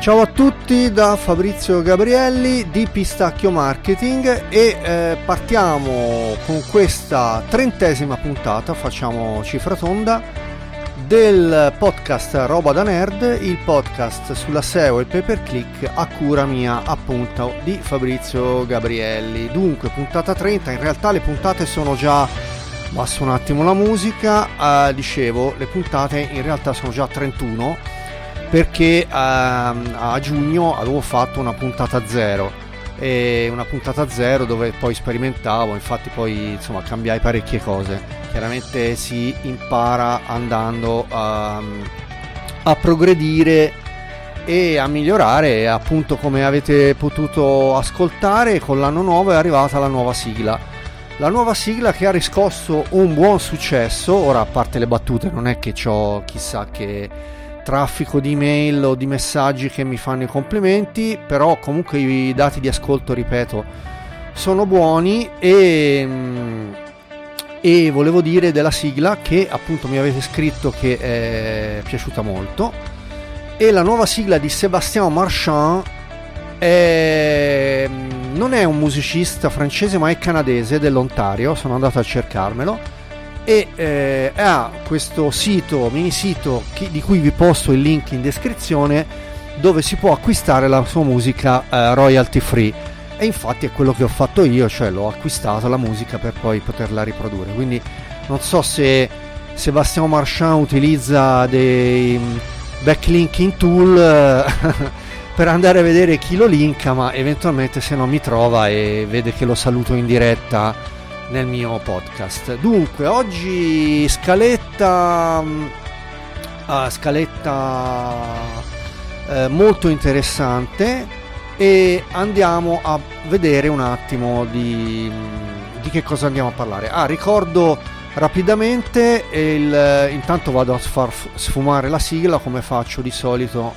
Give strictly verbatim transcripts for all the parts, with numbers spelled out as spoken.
Ciao a tutti da Fabrizio Gabrielli di Pistacchio Marketing e eh, partiamo con questa trentesima puntata, facciamo cifra tonda, del podcast Roba da Nerd, il podcast sulla S E O e il pay per click a cura mia, appunto, di Fabrizio Gabrielli. Dunque, puntata trenta, in realtà le puntate sono già, basso un attimo la musica, eh, dicevo, le puntate in realtà sono già trentuno, perché ehm, a giugno avevo fatto una puntata zero, e una puntata zero dove poi sperimentavo, infatti poi insomma cambiai parecchie cose. Chiaramente si impara andando a, a progredire e a migliorare, appunto, come avete potuto ascoltare. Con l'anno nuovo è arrivata la nuova sigla la nuova sigla che ha riscosso un buon successo. Ora, a parte le battute, non è che c'ho chissà che traffico di email o di messaggi che mi fanno i complimenti, però comunque i dati di ascolto, ripeto, sono buoni. E, e volevo dire della sigla che appunto mi avete scritto che è piaciuta molto, e la nuova sigla di Sébastien Marchand è, non è un musicista francese ma è canadese, dell'Ontario, sono andato a cercarmelo, e eh, ha questo sito, mini sito, chi, di cui vi posto il link in descrizione, dove si può acquistare la sua musica eh, royalty free, e infatti è quello che ho fatto io, cioè l'ho acquistato la musica per poi poterla riprodurre. Quindi non so se Sébastien Marchand utilizza dei backlinking tool eh, per andare a vedere chi lo linka, ma eventualmente se no mi trova e vede che lo saluto in diretta nel mio podcast. Dunque, oggi scaletta uh, scaletta uh, molto interessante, e andiamo a vedere un attimo di, di che cosa andiamo a parlare. Ah, ricordo rapidamente il, intanto vado a far sfumare la sigla come faccio di solito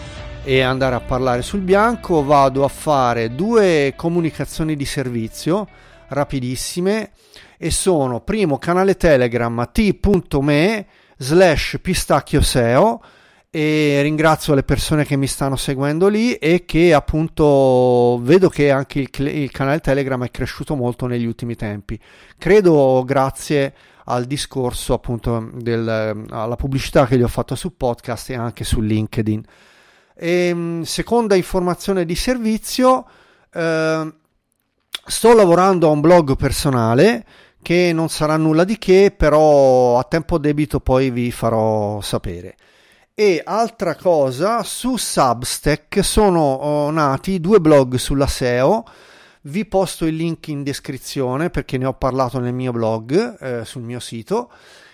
e andare a parlare sul bianco. Vado a fare due comunicazioni di servizio rapidissime, e sono: primo, canale Telegram t.me slash pistacchio seo, e ringrazio le persone che mi stanno seguendo lì e che appunto vedo che anche il, il canale Telegram è cresciuto molto negli ultimi tempi, credo grazie al discorso appunto del, alla pubblicità che gli ho fatto su podcast e anche su LinkedIn. E, seconda informazione di servizio, eh, sto lavorando a un blog personale che non sarà nulla di che, però a tempo debito poi vi farò sapere. E altra cosa, su Substack sono nati due blog sulla S E O, vi posto il link in descrizione perché ne ho parlato nel mio blog, eh, sul mio sito,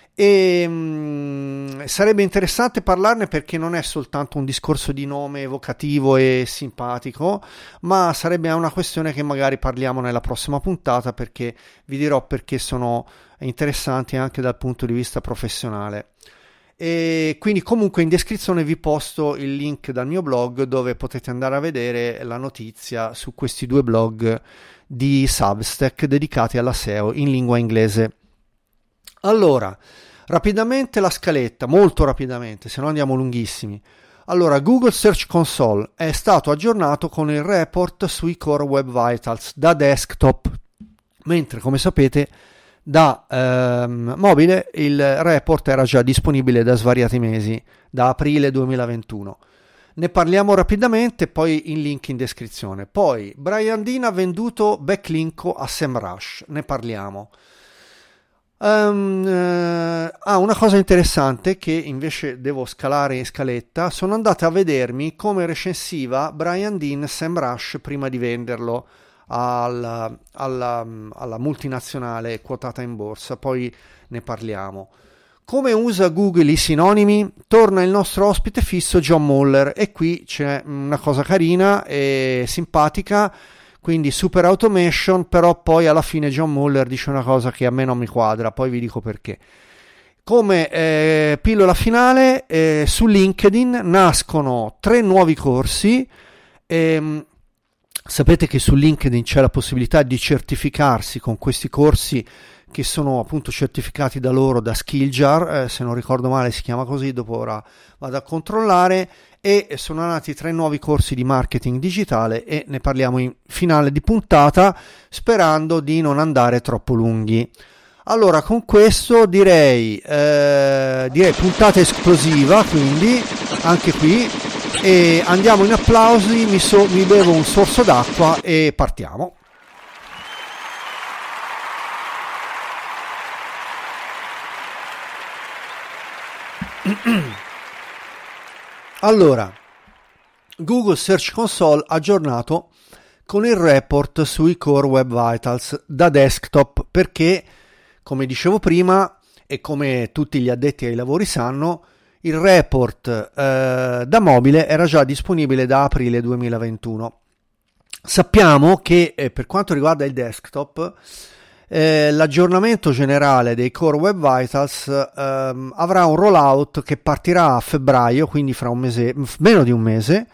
e mh, sarebbe interessante parlarne perché non è soltanto un discorso di nome evocativo e simpatico, ma sarebbe una questione che magari parliamo nella prossima puntata, perché vi dirò perché sono interessanti anche dal punto di vista professionale. E quindi comunque in descrizione vi posto il link dal mio blog, dove potete andare a vedere la notizia su questi due blog di Substack dedicati alla S E O in lingua inglese. Allora, rapidamente la scaletta, molto rapidamente, se no andiamo lunghissimi. Allora, Google Search Console è stato aggiornato con il report sui Core Web Vitals da desktop, mentre, come sapete, da ehm, mobile il report era già disponibile da svariati mesi, da aprile duemilaventuno. Ne parliamo rapidamente, poi in link in descrizione. Poi Brian Dean ha venduto backlinko a SEMrush, ne parliamo. Um, uh, ah, una cosa interessante che invece devo scalare in scaletta: sono andato a vedermi come recensiva Brian Dean SEMrush prima di venderlo alla, alla, alla multinazionale quotata in borsa, poi ne parliamo. Come usa Google i sinonimi? Torna il nostro ospite fisso John Mueller, e qui c'è una cosa carina e simpatica, quindi super automation, però poi alla fine John Mueller dice una cosa che a me non mi quadra, poi vi dico perché. Come eh, pillola finale, eh, su LinkedIn nascono tre nuovi corsi. ehm, Sapete che su LinkedIn c'è la possibilità di certificarsi con questi corsi che sono appunto certificati da loro, da Skilljar, eh, se non ricordo male si chiama così, dopo ora vado a controllare, e sono nati tre nuovi corsi di marketing digitale e ne parliamo in finale di puntata, sperando di non andare troppo lunghi. Allora, con questo direi, eh, direi puntata esplosiva, quindi anche qui, e andiamo in applausi, mi, so, mi bevo un sorso d'acqua e partiamo. Allora, Google Search Console aggiornato con il report sui Core Web Vitals da desktop, perché, come dicevo prima e come tutti gli addetti ai lavori sanno, il report eh, da mobile era già disponibile da aprile duemilaventuno. Sappiamo che eh, per quanto riguarda il desktop, eh, l'aggiornamento generale dei Core Web Vitals ehm, avrà un rollout che partirà a febbraio, quindi fra un mese, meno di un mese,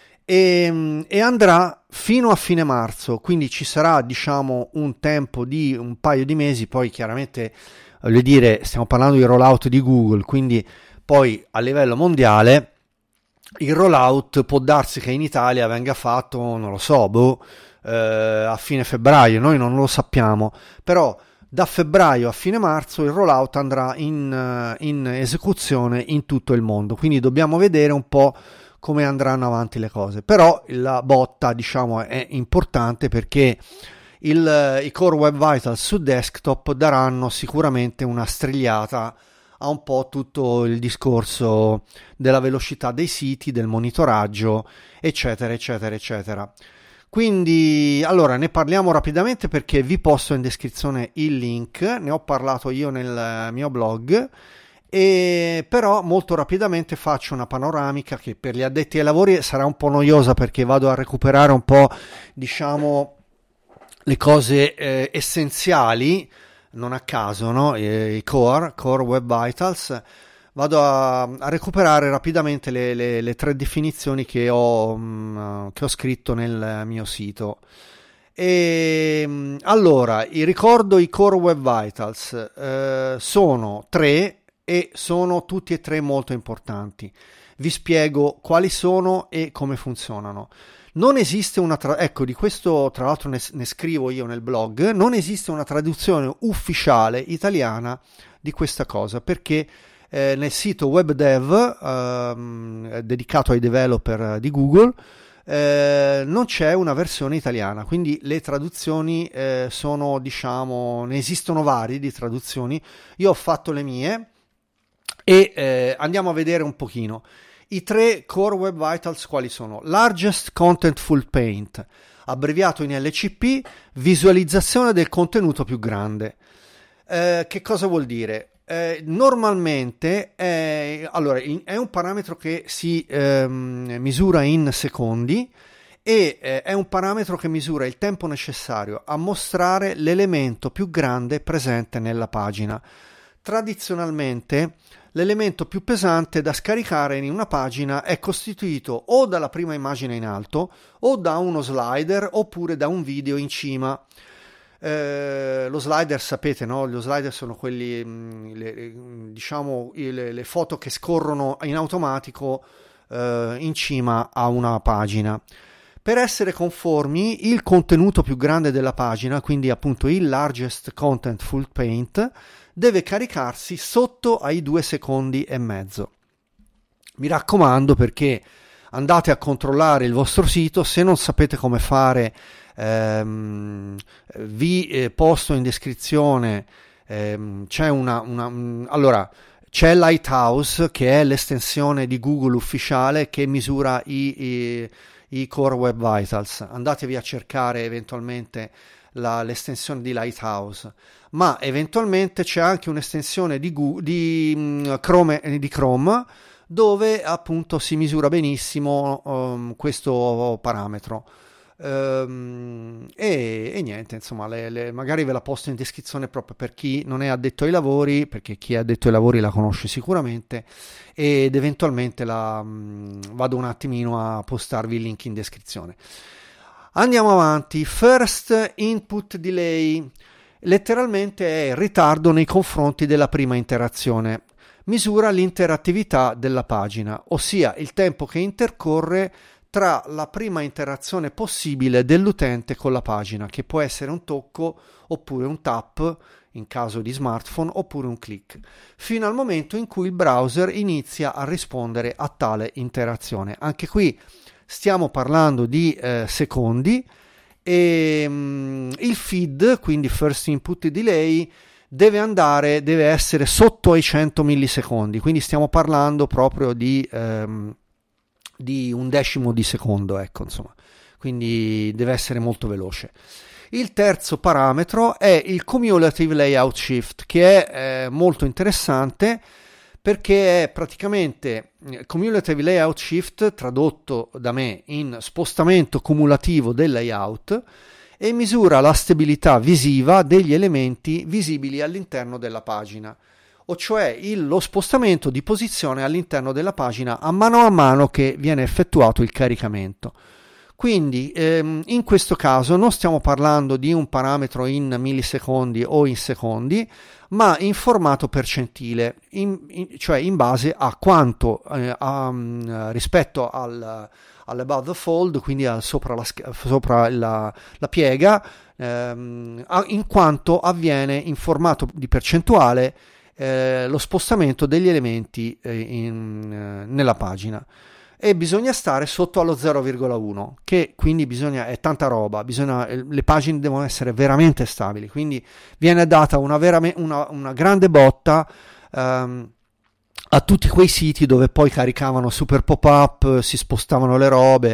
e, e andrà fino a fine marzo, quindi ci sarà, diciamo, un tempo di un paio di mesi. Poi chiaramente, voglio dire, stiamo parlando di rollout di Google, quindi poi a livello mondiale il rollout può darsi che in Italia venga fatto, non lo so, boh, eh, a fine febbraio, noi non lo sappiamo, però da febbraio a fine marzo il rollout andrà in, in esecuzione in tutto il mondo, quindi dobbiamo vedere un po' come andranno avanti le cose. Però la botta, diciamo, è importante, perché il, i Core Web Vitals su desktop daranno sicuramente una strigliata a un po' tutto il discorso della velocità dei siti, del monitoraggio, eccetera, eccetera, eccetera. Quindi, allora, ne parliamo rapidamente perché vi posto in descrizione il link, ne ho parlato io nel mio blog, e però molto rapidamente faccio una panoramica che per gli addetti ai lavori sarà un po' noiosa, perché vado a recuperare un po', diciamo, le cose eh, essenziali, non a caso, no? I, i core, core Web Vitals. Vado a, a recuperare rapidamente le, le, le tre definizioni che ho, mh, che ho scritto nel mio sito. E mh, allora, vi ricordo, i Core Web Vitals eh, sono tre e sono tutti e tre molto importanti. Vi spiego quali sono e come funzionano. Non esiste una tra- ecco, di questo tra l'altro ne, ne scrivo io nel blog. Non esiste una traduzione ufficiale italiana di questa cosa, perché eh, nel sito WebDev ehm, dedicato ai developer di Google eh, non c'è una versione italiana, quindi le traduzioni eh, sono, diciamo, ne esistono varie di traduzioni. Io ho fatto le mie e eh, andiamo a vedere un pochino. I tre Core Web Vitals quali sono? Largest Contentful Paint, abbreviato in L C P, visualizzazione del contenuto più grande. Eh, che cosa vuol dire? Eh, normalmente è, allora, in, è un parametro che si ehm, misura in secondi e eh, è un parametro che misura il tempo necessario a mostrare l'elemento più grande presente nella pagina. Tradizionalmente l'elemento più pesante da scaricare in una pagina è costituito o dalla prima immagine in alto, o da uno slider, oppure da un video in cima. Eh, lo slider, sapete, no? Lo slider sono quelli, mh, le, diciamo, le, le foto che scorrono in automatico eh, in cima a una pagina. Per essere conformi, il contenuto più grande della pagina, quindi appunto il largest contentful paint, deve caricarsi sotto ai due secondi e mezzo. Mi raccomando, perché andate a controllare il vostro sito, se non sapete come fare ehm, vi eh, posto in descrizione, ehm, c'è una, una un, allora c'è Lighthouse, che è l'estensione di Google ufficiale che misura i, i, i Core Web Vitals. Andatevi a cercare eventualmente la, l'estensione di Lighthouse, ma eventualmente c'è anche un'estensione di, Google, di, um, Chrome, di Chrome, dove appunto si misura benissimo um, questo parametro. Um, e, e niente, insomma, le, le, magari ve la posto in descrizione proprio per chi non è addetto ai lavori, perché chi è addetto ai lavori la conosce sicuramente, ed eventualmente la um, vado un attimino a postarvi il link in descrizione. Andiamo avanti. First input delay, letteralmente è il ritardo nei confronti della prima interazione. misura l'interattività della pagina, ossia il tempo che intercorre tra la prima interazione possibile dell'utente con la pagina, che può essere un tocco oppure un tap in caso di smartphone oppure un click, fino al momento in cui il browser inizia a rispondere a tale interazione. Anche qui stiamo parlando di eh, secondi e mh, il feed, quindi first input delay, deve andare, deve essere sotto ai cento millisecondi, quindi stiamo parlando proprio di ehm, di un decimo di secondo, ecco, insomma, quindi deve essere molto veloce. Il terzo parametro è il cumulative layout shift, che è eh, molto interessante perché è praticamente cumulative layout shift, tradotto da me in spostamento cumulativo del layout, e misura la stabilità visiva degli elementi visibili all'interno della pagina, o cioè il, lo spostamento di posizione all'interno della pagina a mano a mano che viene effettuato il caricamento. Quindi ehm, in questo caso non stiamo parlando di un parametro in millisecondi o in secondi, ma in formato percentile, in, in, cioè in base a quanto eh, a, rispetto al, all'above the fold, quindi al, sopra, la, sopra la, la piega, ehm, in quanto avviene in formato di percentuale Eh, lo spostamento degli elementi eh, in, eh, nella pagina, e bisogna stare sotto allo zero virgola uno, che quindi bisogna, è tanta roba, bisogna, le pagine devono essere veramente stabili, quindi viene data una, vera, una, una grande botta um, a tutti quei siti dove poi caricavano super pop-up, si spostavano le robe.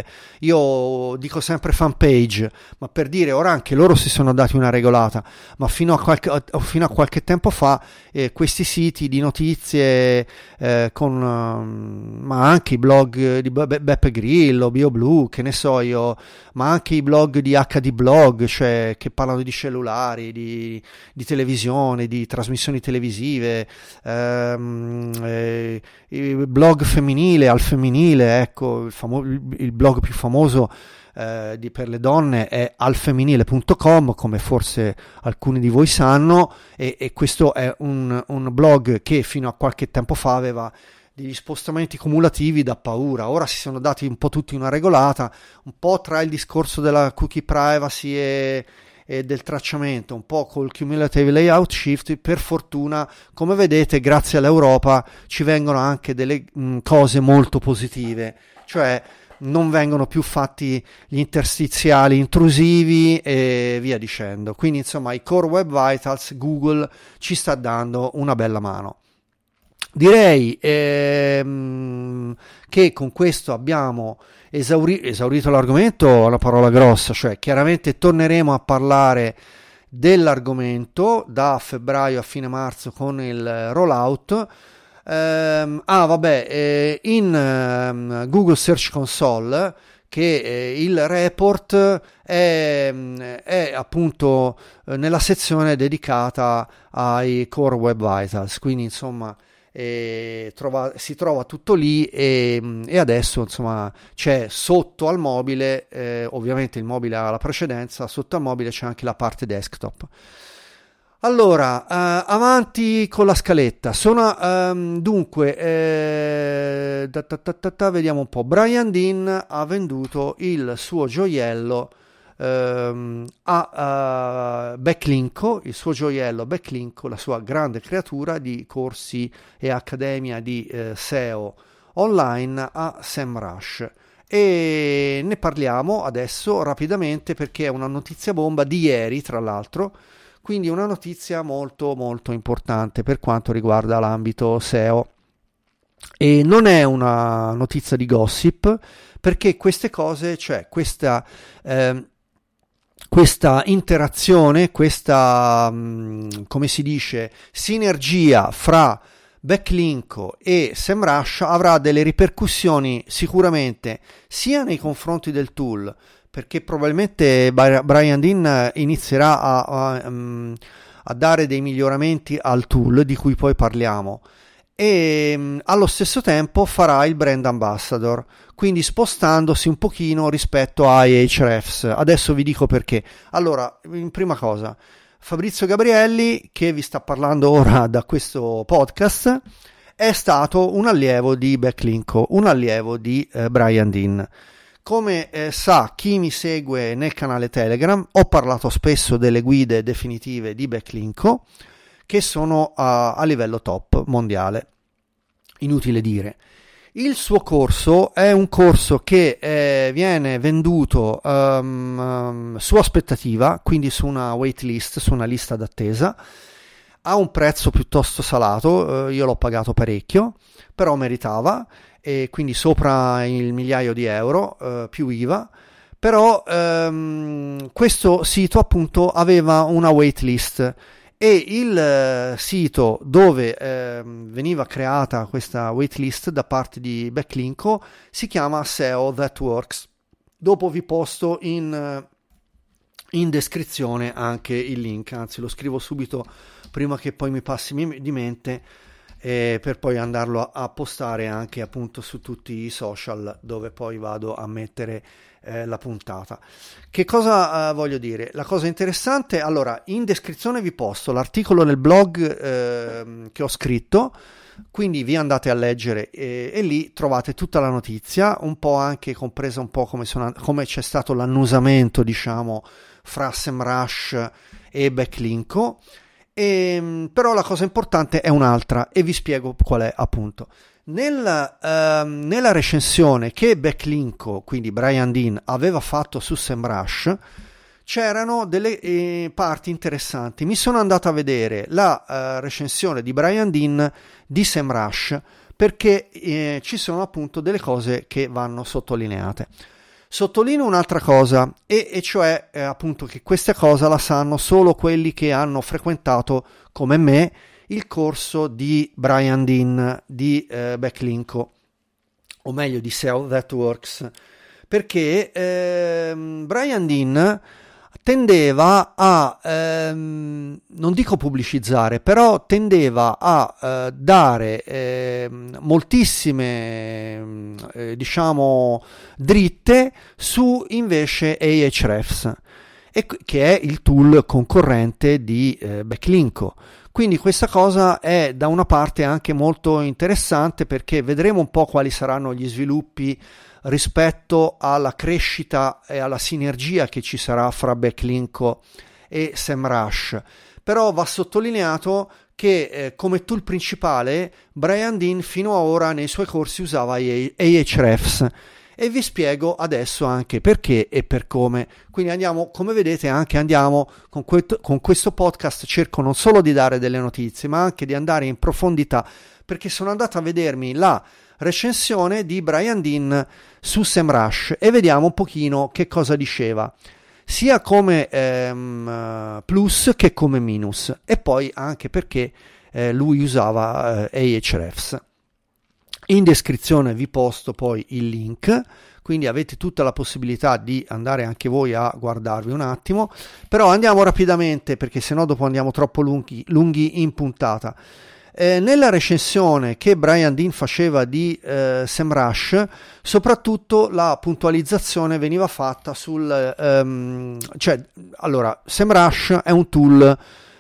Io dico sempre fan page, ma per dire, ora anche loro si sono dati una regolata, ma fino a qualche, fino a qualche tempo fa eh, questi siti di notizie eh, con um, ma anche i blog di Be- Beppe Grillo, BioBlue, che ne so io, ma anche i blog di acca di Blog, cioè che parlano di cellulari, di, di televisione, di trasmissioni televisive, ehm, eh, il blog femminile, al femminile, ecco, il, famo- il blog più famoso eh, di, per le donne è alfemminile punto com, come forse alcuni di voi sanno, e, e questo è un, un blog che fino a qualche tempo fa aveva degli spostamenti cumulativi da paura. Ora si sono dati un po' tutti una regolata, un po' tra il discorso della cookie privacy e e del tracciamento, un po' col cumulative layout shift. Per fortuna, come vedete, grazie all'Europa ci vengono anche delle mh, cose molto positive, cioè non vengono più fatti gli interstiziali intrusivi e via dicendo. Quindi insomma i Core Web Vitals, Google ci sta dando una bella mano. Direi ehm, che con questo abbiamo esauri- esaurito l'argomento, è una parola grossa, cioè chiaramente torneremo a parlare dell'argomento da febbraio a fine marzo con il rollout. Ehm, ah vabbè, eh, in ehm, Google Search Console, che eh, il report è, è appunto eh, nella sezione dedicata ai Core Web Vitals, quindi insomma E trova, si trova tutto lì, e, e adesso insomma c'è sotto al mobile, eh, ovviamente il mobile ha la precedenza, sotto al mobile c'è anche la parte desktop. Allora, eh, avanti con la scaletta. Sono ehm, dunque eh, ta ta ta ta ta, vediamo un po'. Brian Dean ha venduto il suo gioiello Uh, a uh, Backlinko, il suo gioiello Backlinko, la sua grande creatura di corsi e accademia di uh, S E O online, a SEMrush, e ne parliamo adesso rapidamente perché è una notizia bomba di ieri, tra l'altro, quindi una notizia molto molto importante per quanto riguarda l'ambito S E O, e non è una notizia di gossip, perché queste cose, cioè questa eh, questa interazione, questa, come si dice, sinergia fra Backlinko e SEMrush avrà delle ripercussioni sicuramente sia nei confronti del tool, perché probabilmente Brian Dean inizierà a, a, a dare dei miglioramenti al tool di cui poi parliamo, e allo stesso tempo farà il brand ambassador, quindi spostandosi un pochino rispetto ai Ahrefs. Adesso vi dico perché. Allora, in prima cosa, Fabrizio Gabrielli, che vi sta parlando ora da questo podcast, è stato un allievo di Backlinko, un allievo di eh, Brian Dean. Come eh, sa chi mi segue nel canale Telegram, ho parlato spesso delle guide definitive di Backlinko, che sono a, a livello top mondiale, inutile dire. Il suo corso è un corso che eh, viene venduto um, um, su aspettativa, quindi su una waitlist, su una lista d'attesa, a un prezzo piuttosto salato. Eh, io l'ho pagato parecchio, però meritava, e quindi sopra il migliaio di euro eh, più I V A. Però ehm, questo sito appunto aveva una waitlist, e il eh, sito dove eh, veniva creata questa waitlist da parte di Backlinko si chiama S E O That Works. Dopo vi posto in, in descrizione anche il link, anzi lo scrivo subito prima che poi mi passi di mente, eh, per poi andarlo a, a postare anche appunto su tutti i social dove poi vado a mettere eh, la puntata. Che cosa eh, voglio dire? La cosa interessante, allora, in descrizione vi posto l'articolo nel blog eh, che ho scritto, quindi vi andate a leggere e, e lì trovate tutta la notizia, un po' anche compresa un po' come, sono, come c'è stato l'annusamento, diciamo, fra SEMrush e Backlinko. E, però la cosa importante è un'altra, e vi spiego qual è appunto. Nel, ehm, nella recensione che Backlinko, quindi Brian Dean, aveva fatto su SEMrush, c'erano delle eh, parti interessanti. Mi sono andato a vedere la eh, recensione di Brian Dean di SEMrush, perché eh, ci sono appunto delle cose che vanno sottolineate. Sottolineo un'altra cosa, e, e cioè eh, appunto che questa cosa la sanno solo quelli che hanno frequentato, come me, il corso di Brian Dean di eh, Backlinko, o meglio di S E O That Works, perché eh, Brian Dean tendeva a, ehm, non dico pubblicizzare, però tendeva a eh, dare eh, moltissime, eh, diciamo, dritte su invece Ahrefs, e, che è il tool concorrente di eh, Backlinko. Quindi questa cosa è da una parte anche molto interessante, perché vedremo un po' quali saranno gli sviluppi rispetto alla crescita e alla sinergia che ci sarà fra Backlinko e SEMrush. Però va sottolineato che eh, come tool principale Brian Dean fino ad ora nei suoi corsi usava Ahrefs, e vi spiego adesso anche perché e per come. Quindi andiamo, come vedete, anche andiamo con, que- con questo podcast cerco non solo di dare delle notizie, ma anche di andare in profondità, perché sono andato a vedermi la recensione di Brian Dean su SEMrush e vediamo un pochino che cosa diceva, sia come ehm, plus che come minus, e poi anche perché eh, lui usava eh, Ahrefs. In descrizione vi posto poi il link, quindi avete tutta la possibilità di andare anche voi a guardarvi un attimo. Però andiamo rapidamente, perché sennò dopo andiamo troppo lunghi, lunghi in puntata. Eh, nella recensione che Brian Dean faceva di eh, SEMrush, soprattutto la puntualizzazione veniva fatta sul ehm, cioè, allora, SEMrush è un tool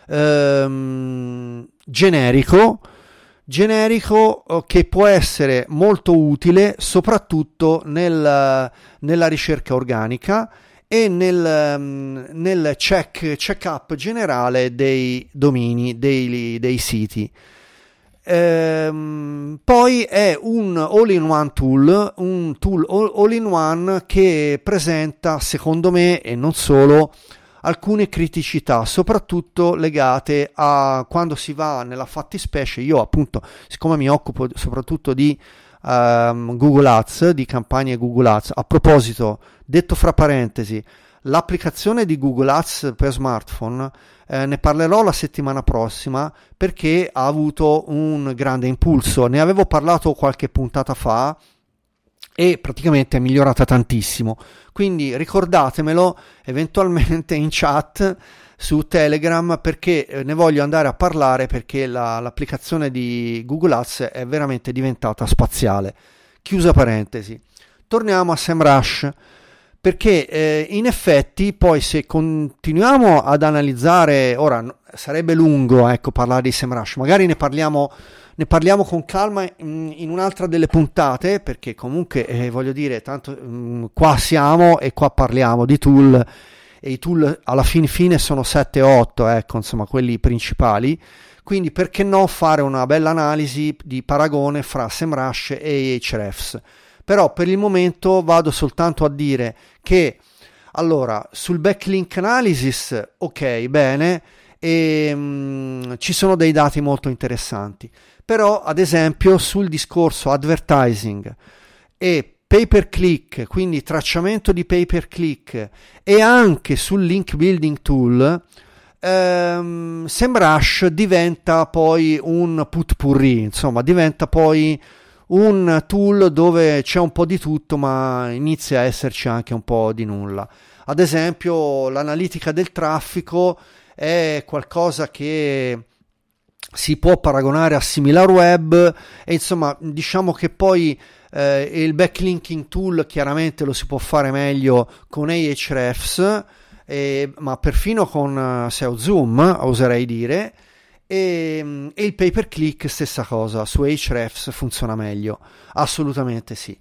ehm, generico generico che può essere molto utile soprattutto nel, nella ricerca organica e nel, nel check, check up generale dei domini, dei, dei siti. Ehm, poi è un all-in-one tool, un tool all-in-one che presenta, secondo me, e non solo, alcune criticità, soprattutto legate a quando si va nella fattispecie. Io appunto, siccome mi occupo soprattutto di um, Google Ads, di campagne Google Ads, a proposito, detto fra parentesi, l'applicazione di Google Ads per smartphone, eh, ne parlerò la settimana prossima, perché ha avuto un grande impulso. Ne avevo parlato qualche puntata fa e praticamente è migliorata tantissimo, quindi ricordatemelo eventualmente in chat su Telegram, perché ne voglio andare a parlare, perché la, l'applicazione di Google Ads è veramente diventata spaziale. Chiusa parentesi. Torniamo a SEMrush. perché eh, in effetti poi se continuiamo ad analizzare, ora sarebbe lungo ecco parlare di SEMrush, magari ne parliamo ne parliamo con calma in, in un'altra delle puntate, perché comunque eh, voglio dire tanto mh, qua siamo e qua parliamo di tool, e i tool alla fin fine sono sette otto, ecco, insomma quelli principali, quindi perché no fare una bella analisi di paragone fra SEMrush e Ahrefs. Però per il momento vado soltanto a dire che allora sul backlink analysis ok, bene, e mh, ci sono dei dati molto interessanti, però ad esempio sul discorso advertising e pay per click, quindi tracciamento di pay per click, e anche sul link building tool, ehm, SEMrush diventa poi un putpurri, insomma diventa poi un tool dove c'è un po' di tutto ma inizia a esserci anche un po' di nulla. Ad esempio l'analitica del traffico è qualcosa che si può paragonare a SimilarWeb, e insomma diciamo che poi eh, il backlinking tool chiaramente lo si può fare meglio con Ahrefs, eh, ma perfino con S E O Zoom oserei dire, e, e il pay per click stessa cosa, su Ahrefs funziona meglio, assolutamente sì.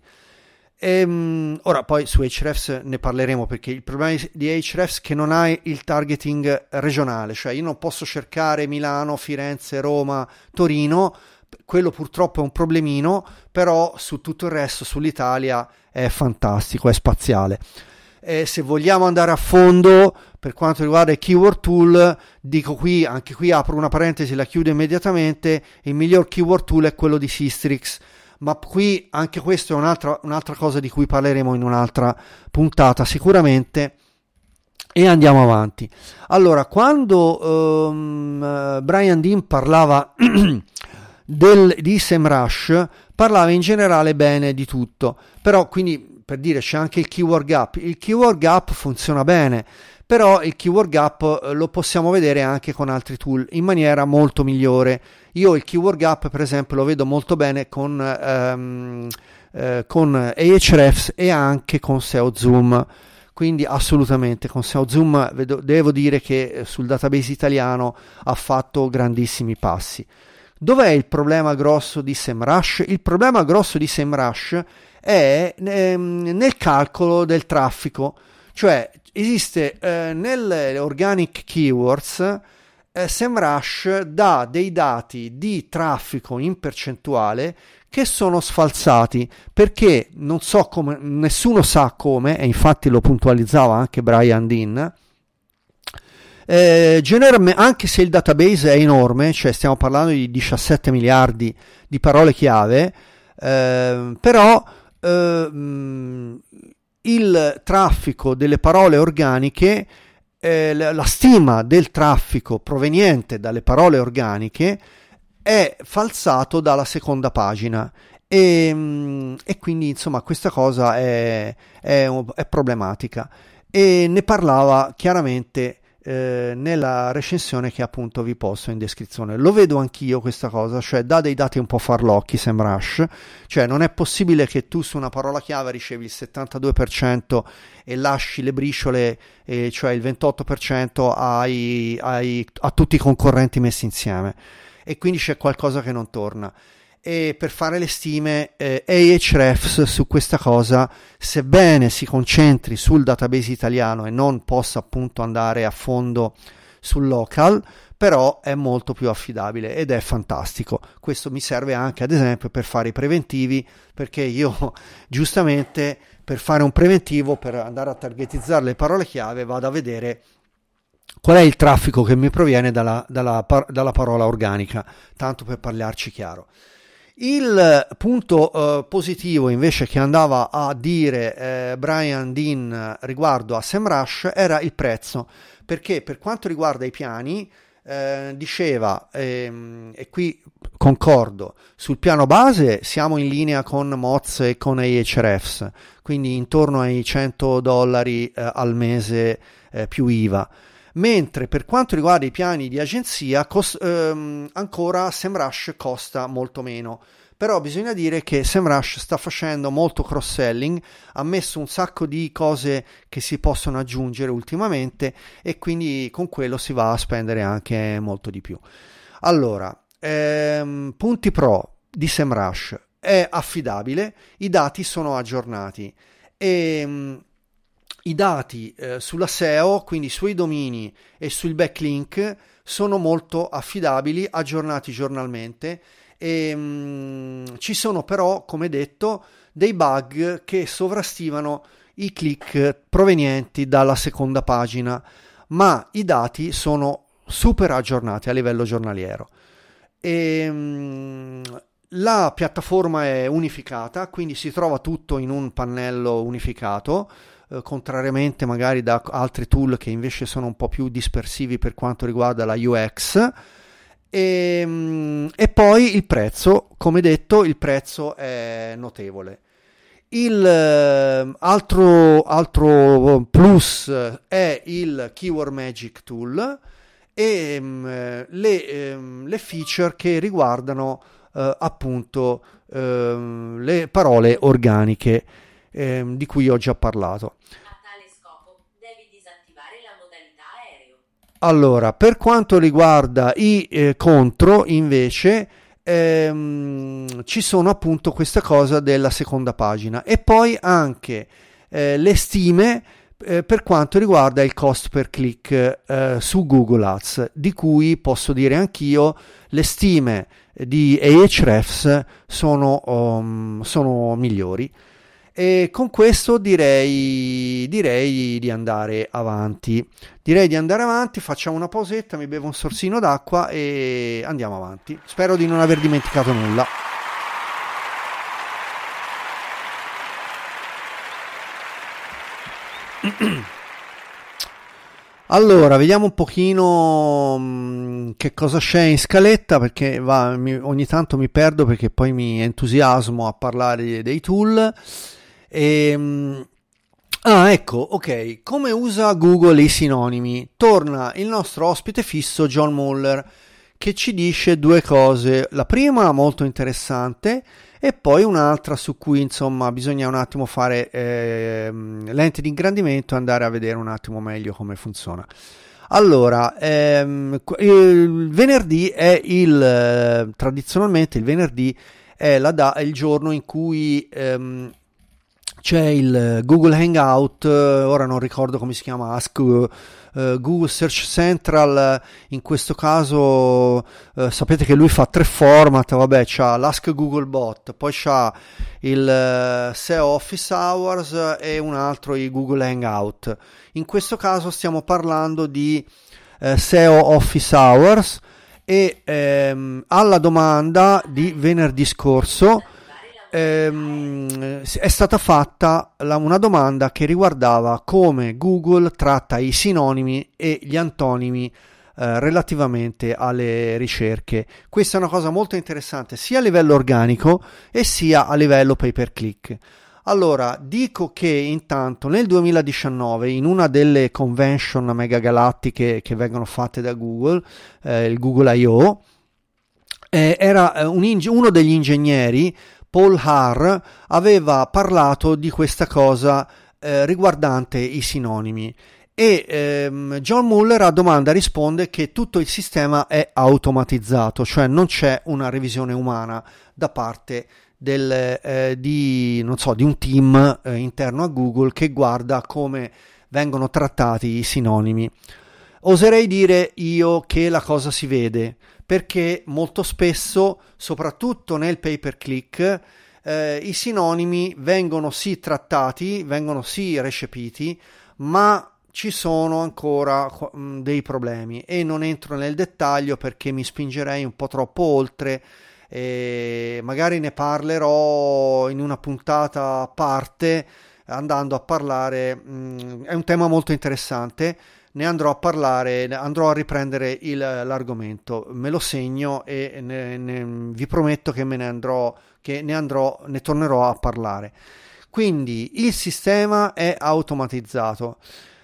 E, ora poi su Ahrefs ne parleremo, perché il problema di Ahrefs è che non ha il targeting regionale, cioè io non posso cercare Milano, Firenze, Roma, Torino, quello purtroppo è un problemino, però su tutto il resto, sull'Italia è fantastico, è spaziale. E se vogliamo andare a fondo per quanto riguarda il keyword tool, dico qui, anche qui apro una parentesi, la chiudo immediatamente, il miglior keyword tool è quello di Sistrix, ma qui anche questo è un'altra, un'altra cosa di cui parleremo in un'altra puntata sicuramente, e andiamo avanti. Allora, quando um, Brian Dean parlava del, di SEMrush, parlava in generale bene di tutto, però quindi per dire c'è anche il keyword gap, il keyword gap funziona bene, però il keyword gap lo possiamo vedere anche con altri tool in maniera molto migliore. Io il keyword gap per esempio lo vedo molto bene con, ehm, eh, con Ahrefs e anche con S E O Zoom, quindi assolutamente con S E O Zoom vedo, devo dire che sul database italiano ha fatto grandissimi passi. Dov'è il problema grosso di SEMrush? Il problema grosso di SEMrush è ehm, nel calcolo del traffico, cioè esiste eh, nelle organic keywords eh, SEMrush dà dei dati di traffico in percentuale che sono sfalsati, perché non so come, nessuno sa come, e infatti lo puntualizzava anche Brian Dean. Eh, generalmente, anche se il database è enorme, cioè stiamo parlando di diciassette miliardi di parole chiave, eh, però eh, il traffico delle parole organiche, eh, la stima del traffico proveniente dalle parole organiche è falsato dalla seconda pagina, e, e quindi insomma questa cosa è, è, è problematica, e ne parlava chiaramente Eh, nella recensione che appunto vi posto in descrizione. Lo vedo anch'io questa cosa, cioè dà dei dati un po' farlocchi SEMrush, cioè non è possibile che tu su una parola chiave ricevi il settantadue per cento e lasci le briciole, eh, cioè il ventotto per cento ai, ai, a tutti i concorrenti messi insieme, e quindi c'è qualcosa che non torna. E per fare le stime eh, Ahrefs su questa cosa, sebbene si concentri sul database italiano e non possa appunto andare a fondo sul local, però è molto più affidabile ed è fantastico. Questo mi serve anche ad esempio per fare i preventivi, perché io giustamente per fare un preventivo, per andare a targetizzare le parole chiave, vado a vedere qual è il traffico che mi proviene dalla, dalla, dalla parola organica, tanto per parlarci chiaro. Il punto eh, positivo invece che andava a dire eh, Brian Dean riguardo a SEMrush era il prezzo, perché per quanto riguarda i piani eh, diceva, ehm, e qui concordo, sul piano base siamo in linea con Moz e con Ahrefs, quindi intorno ai cento dollari eh, al mese eh, più I V A. Mentre per quanto riguarda i piani di agenzia, cost- ehm, ancora SEMrush costa molto meno, Però bisogna dire che SEMrush sta facendo molto cross-selling, ha messo un sacco di cose che si possono aggiungere ultimamente e quindi con quello si va a spendere anche molto di più. Allora, ehm, punti pro di SEMrush: è affidabile, i dati sono aggiornati e mh, i dati eh, sulla S E O, quindi sui domini e sul backlink, sono molto affidabili, aggiornati giornalmente. E, mh, ci sono però, come detto, dei bug che sovrastimano i click provenienti dalla seconda pagina, ma i dati sono super aggiornati a livello giornaliero. E, mh, la piattaforma è unificata, quindi si trova tutto in un pannello unificato, eh, contrariamente magari da altri tool che invece sono un po' più dispersivi per quanto riguarda la U X. E, e poi il prezzo, come detto, il prezzo è notevole. Il eh, altro, altro plus è il Keyword Magic Tool e um, le, um, le feature che riguardano uh, appunto uh, le parole organiche um, di cui ho già parlato. Allora, per quanto riguarda i eh, contro, invece, ehm, ci sono appunto questa cosa della seconda pagina e poi anche eh, le stime eh, per quanto riguarda il cost per click eh, su Google Ads, di cui posso dire anch'io le stime di Ahrefs sono, um, sono migliori. E con questo direi, direi di andare avanti. Direi di andare avanti, facciamo una pausetta, mi bevo un sorsino d'acqua e andiamo avanti. Spero di non aver dimenticato nulla. Allora, vediamo un pochino mh, che cosa c'è in scaletta, perché va, mi, ogni tanto mi perdo perché poi mi entusiasmo a parlare dei tool. E, ah, ecco, ok, come usa Google i sinonimi? Torna il nostro ospite fisso John Muller, che ci dice due cose. La prima molto interessante e poi un'altra su cui insomma bisogna un attimo fare eh, lente di ingrandimento e andare a vedere un attimo meglio come funziona. Allora, ehm, il venerdì è il tradizionalmente il venerdì è, la da, è il giorno in cui ehm, c'è il Google Hangout, ora non ricordo come si chiama, Ask uh, Google Search Central, in questo caso uh, sapete che lui fa tre format, vabbè, c'ha l'Ask Google Bot, poi c'ha il uh, S E O Office Hours e un altro i Google Hangout. In questo caso stiamo parlando di uh, S E O Office Hours e ehm, alla domanda di venerdì scorso è stata fatta una domanda che riguardava come Google tratta i sinonimi e gli antonimi eh, relativamente alle ricerche. Questa è una cosa molto interessante sia a livello organico e sia a livello pay per click. Allora, dico che intanto nel duemiladiciannove in una delle convention megagalattiche che vengono fatte da Google, eh, il Google I O, eh, era un ing- uno degli ingegneri, Paul Harr, aveva parlato di questa cosa eh, riguardante i sinonimi e ehm, John Muller a domanda risponde che tutto il sistema è automatizzato, cioè non c'è una revisione umana da parte del, eh, di, non so, di un team eh, interno a Google che guarda come vengono trattati i sinonimi. Oserei dire io che la cosa si vede, perché molto spesso, soprattutto nel pay per click, eh, i sinonimi vengono sì trattati, vengono sì recepiti, ma ci sono ancora mh, dei problemi e non entro nel dettaglio perché mi spingerei un po' troppo oltre e magari ne parlerò in una puntata a parte andando a parlare, mh, è un tema molto interessante. Ne andrò a parlare, andrò a riprendere il, l'argomento, me lo segno e ne, ne, vi prometto che me ne andrò, che ne andrò, ne tornerò a parlare. Quindi il sistema è automatizzato.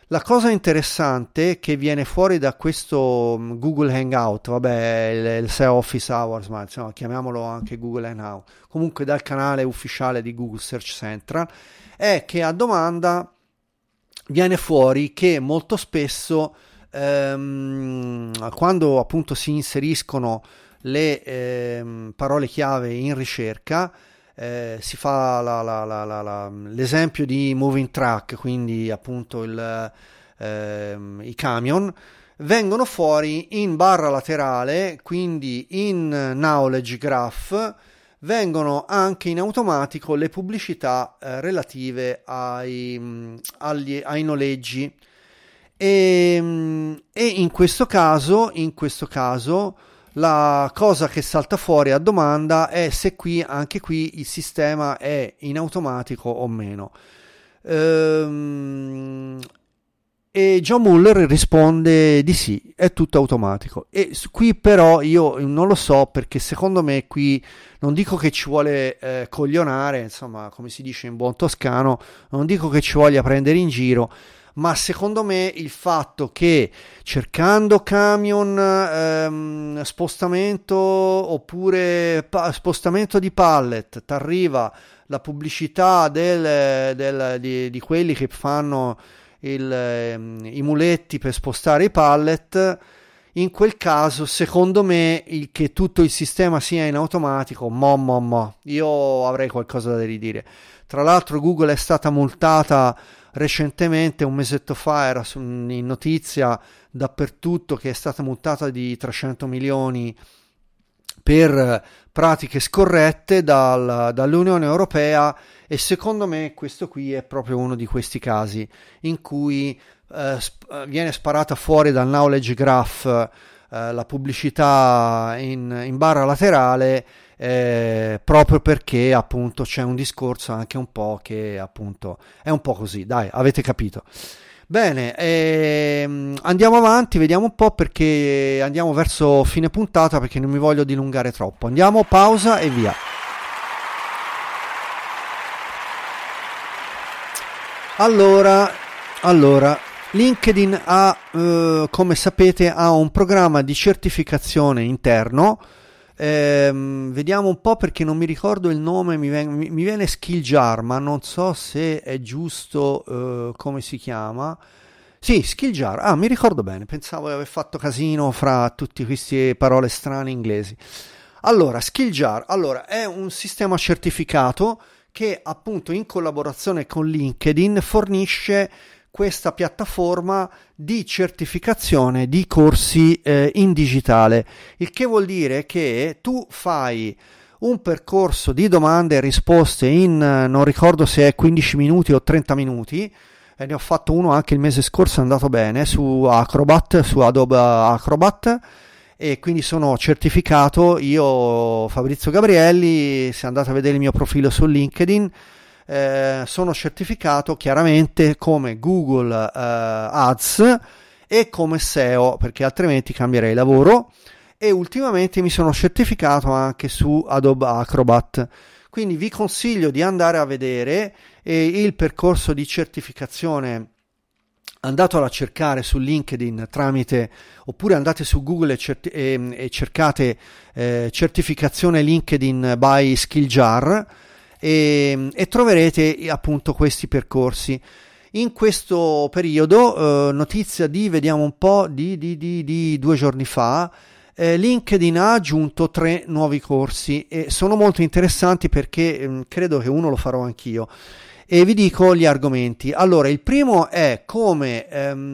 La cosa interessante che viene fuori da questo Google Hangout, vabbè, il, il S E O Office Hours, ma insomma, chiamiamolo anche Google Hangout, comunque dal canale ufficiale di Google Search Central, è che a domanda viene fuori che molto spesso ehm, quando appunto si inseriscono le ehm, parole chiave in ricerca, Eh, si fa la, la, la, la, l'esempio di moving truck, quindi appunto il, ehm, i camion, vengono fuori in barra laterale, quindi in knowledge graph, vengono anche in automatico le pubblicità eh, relative ai, mh, agli, ai noleggi e, mh, e in questo caso, in questo caso la cosa che salta fuori a domanda è se qui, anche qui, il sistema è in automatico o meno. Ehm, e John Mueller risponde di sì, è tutto automatico. E qui però io non lo so, perché secondo me qui non dico che ci vuole eh, coglionare, insomma, come si dice in buon toscano, non dico che ci voglia prendere in giro, ma secondo me il fatto che cercando camion, ehm, spostamento oppure pa- spostamento di pallet ti arriva la pubblicità del, del, di, di quelli che fanno il, ehm, i muletti per spostare i pallet, in quel caso secondo me il che tutto il sistema sia in automatico, mo mo mo, io avrei qualcosa da ridire. Tra l'altro Google è stata multata recentemente, un mesetto fa era su, in notizia dappertutto, che è stata multata di trecento milioni per pratiche scorrette dal, dall'Unione Europea, e secondo me questo qui è proprio uno di questi casi in cui eh, sp- viene sparata fuori dal knowledge graph eh, la pubblicità in, in barra laterale, Eh, proprio perché appunto c'è un discorso anche un po' che appunto è un po' così, dai, avete capito. Bene, ehm, andiamo avanti, vediamo un po', perché andiamo verso fine puntata, perché non mi voglio dilungare troppo. Andiamo, pausa e via. Allora, allora LinkedIn ha, eh, come sapete, ha un programma di certificazione interno. Ehm, vediamo un po', perché non mi ricordo il nome, mi, ven- mi, mi viene SkillJar, ma non so se è giusto eh, come si chiama. Sì, SkillJar, ah, mi ricordo bene, pensavo di aver fatto casino fra tutte queste parole strane inglesi. Allora, SkillJar, allora, è un sistema certificato che appunto in collaborazione con LinkedIn fornisce questa piattaforma di certificazione di corsi eh, in digitale, il che vuol dire che tu fai un percorso di domande e risposte in, non ricordo se è quindici minuti o trenta minuti, e ne ho fatto uno anche il mese scorso, è andato bene, su Acrobat, su Adobe Acrobat, e quindi sono certificato io, Fabrizio Gabrielli. Se andate a vedere il mio profilo su LinkedIn, Eh, sono certificato chiaramente come Google eh, Ads e come S E O, perché altrimenti cambierei lavoro, e ultimamente mi sono certificato anche su Adobe Acrobat. Quindi vi consiglio di andare a vedere eh, il percorso di certificazione. Andatelo a cercare su LinkedIn tramite, oppure andate su Google e, certi- e, e cercate eh, certificazione LinkedIn by SkillJar, E, e troverete appunto questi percorsi. In questo periodo, eh, notizia di, vediamo un po', di, di, di, di due giorni fa, eh, LinkedIn ha aggiunto tre nuovi corsi e sono molto interessanti, perché eh, credo che uno lo farò anch'io, e vi dico gli argomenti. Allora, il primo è come,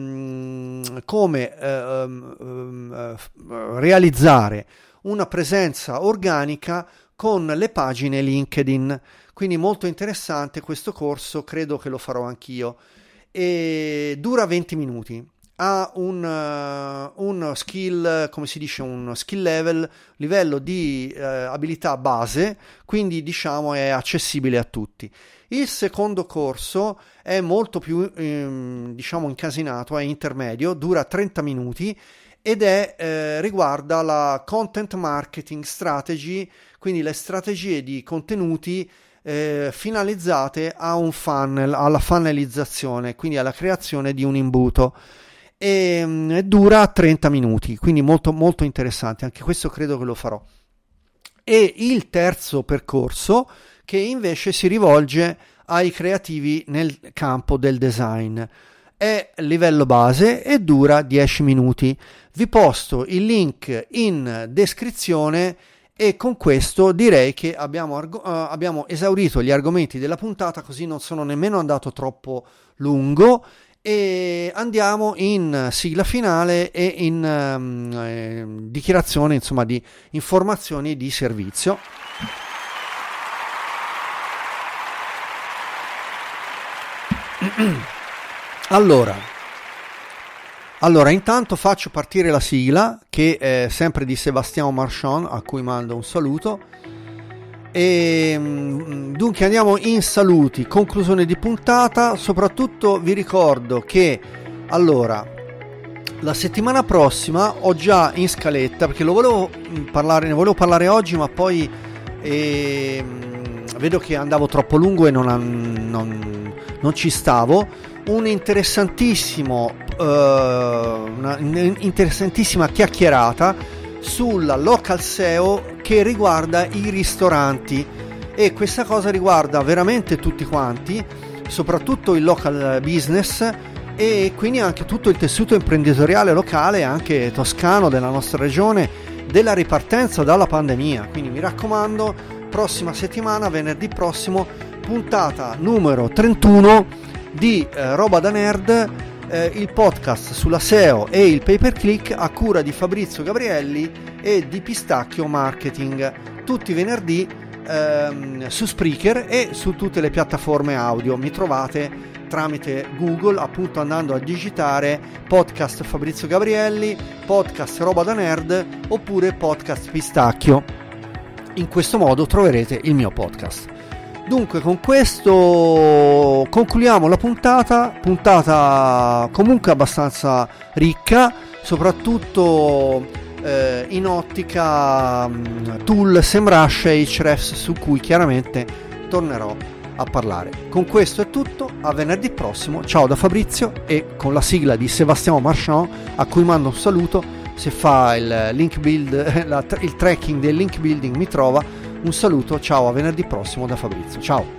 ehm, come ehm, ehm, realizzare una presenza organica con le pagine LinkedIn. Quindi molto interessante questo corso, credo che lo farò anch'io, e dura venti minuti. Ha un, uh, un skill, come si dice, un skill level, livello di uh, abilità base, quindi diciamo è accessibile a tutti. Il secondo corso è molto più ehm, diciamo incasinato, è intermedio, dura trenta minuti, ed è eh, riguarda la content marketing strategy, quindi le strategie di contenuti eh, finalizzate a un funnel, alla funnelizzazione, quindi alla creazione di un imbuto. E mh, dura trenta minuti, quindi molto molto interessante, anche questo credo che lo farò. E il terzo percorso, che invece si rivolge ai creativi nel campo del design, è livello base e dura dieci minuti. Vi posto il link in descrizione e con questo direi che abbiamo, arg- uh, abbiamo esaurito gli argomenti della puntata, così non sono nemmeno andato troppo lungo. E andiamo in sigla finale e in um, eh, dichiarazione, insomma, di informazioni di servizio. Allora, allora, intanto faccio partire la sigla, che è sempre di Sébastien Marchand, a cui mando un saluto. E dunque andiamo in saluti, conclusione di puntata. Soprattutto vi ricordo che allora la settimana prossima ho già in scaletta, perché lo volevo parlare, ne volevo parlare oggi, ma poi eh, vedo che andavo troppo lungo e non, non, non ci stavo. Un interessantissimo uh, una interessantissima chiacchierata sulla local S E O che riguarda i ristoranti, e questa cosa riguarda veramente tutti quanti, soprattutto il local business e quindi anche tutto il tessuto imprenditoriale locale, anche toscano, della nostra regione, della ripartenza dalla pandemia. Quindi mi raccomando, prossima settimana, venerdì prossimo, puntata numero trentuno di eh, Roba da Nerd, eh, il podcast sulla S E O e il pay per click a cura di Fabrizio Gabrielli e di Pistacchio Marketing, tutti i venerdì ehm, su Spreaker e su tutte le piattaforme audio. Mi trovate tramite Google, appunto, andando a digitare podcast Fabrizio Gabrielli, podcast Roba da Nerd oppure podcast Pistacchio. In questo modo troverete il mio podcast. Dunque, con questo concludiamo la puntata, puntata comunque abbastanza ricca, soprattutto eh, in ottica mh, tool SEMrush e Ahrefs, su cui chiaramente tornerò a parlare. Con questo è tutto, a venerdì prossimo, ciao da Fabrizio, e con la sigla di Sébastien Marchand, a cui mando un saluto. Se fa il link build, la, il tracking del link building mi trova. Un saluto, ciao, a venerdì prossimo da Fabrizio, ciao.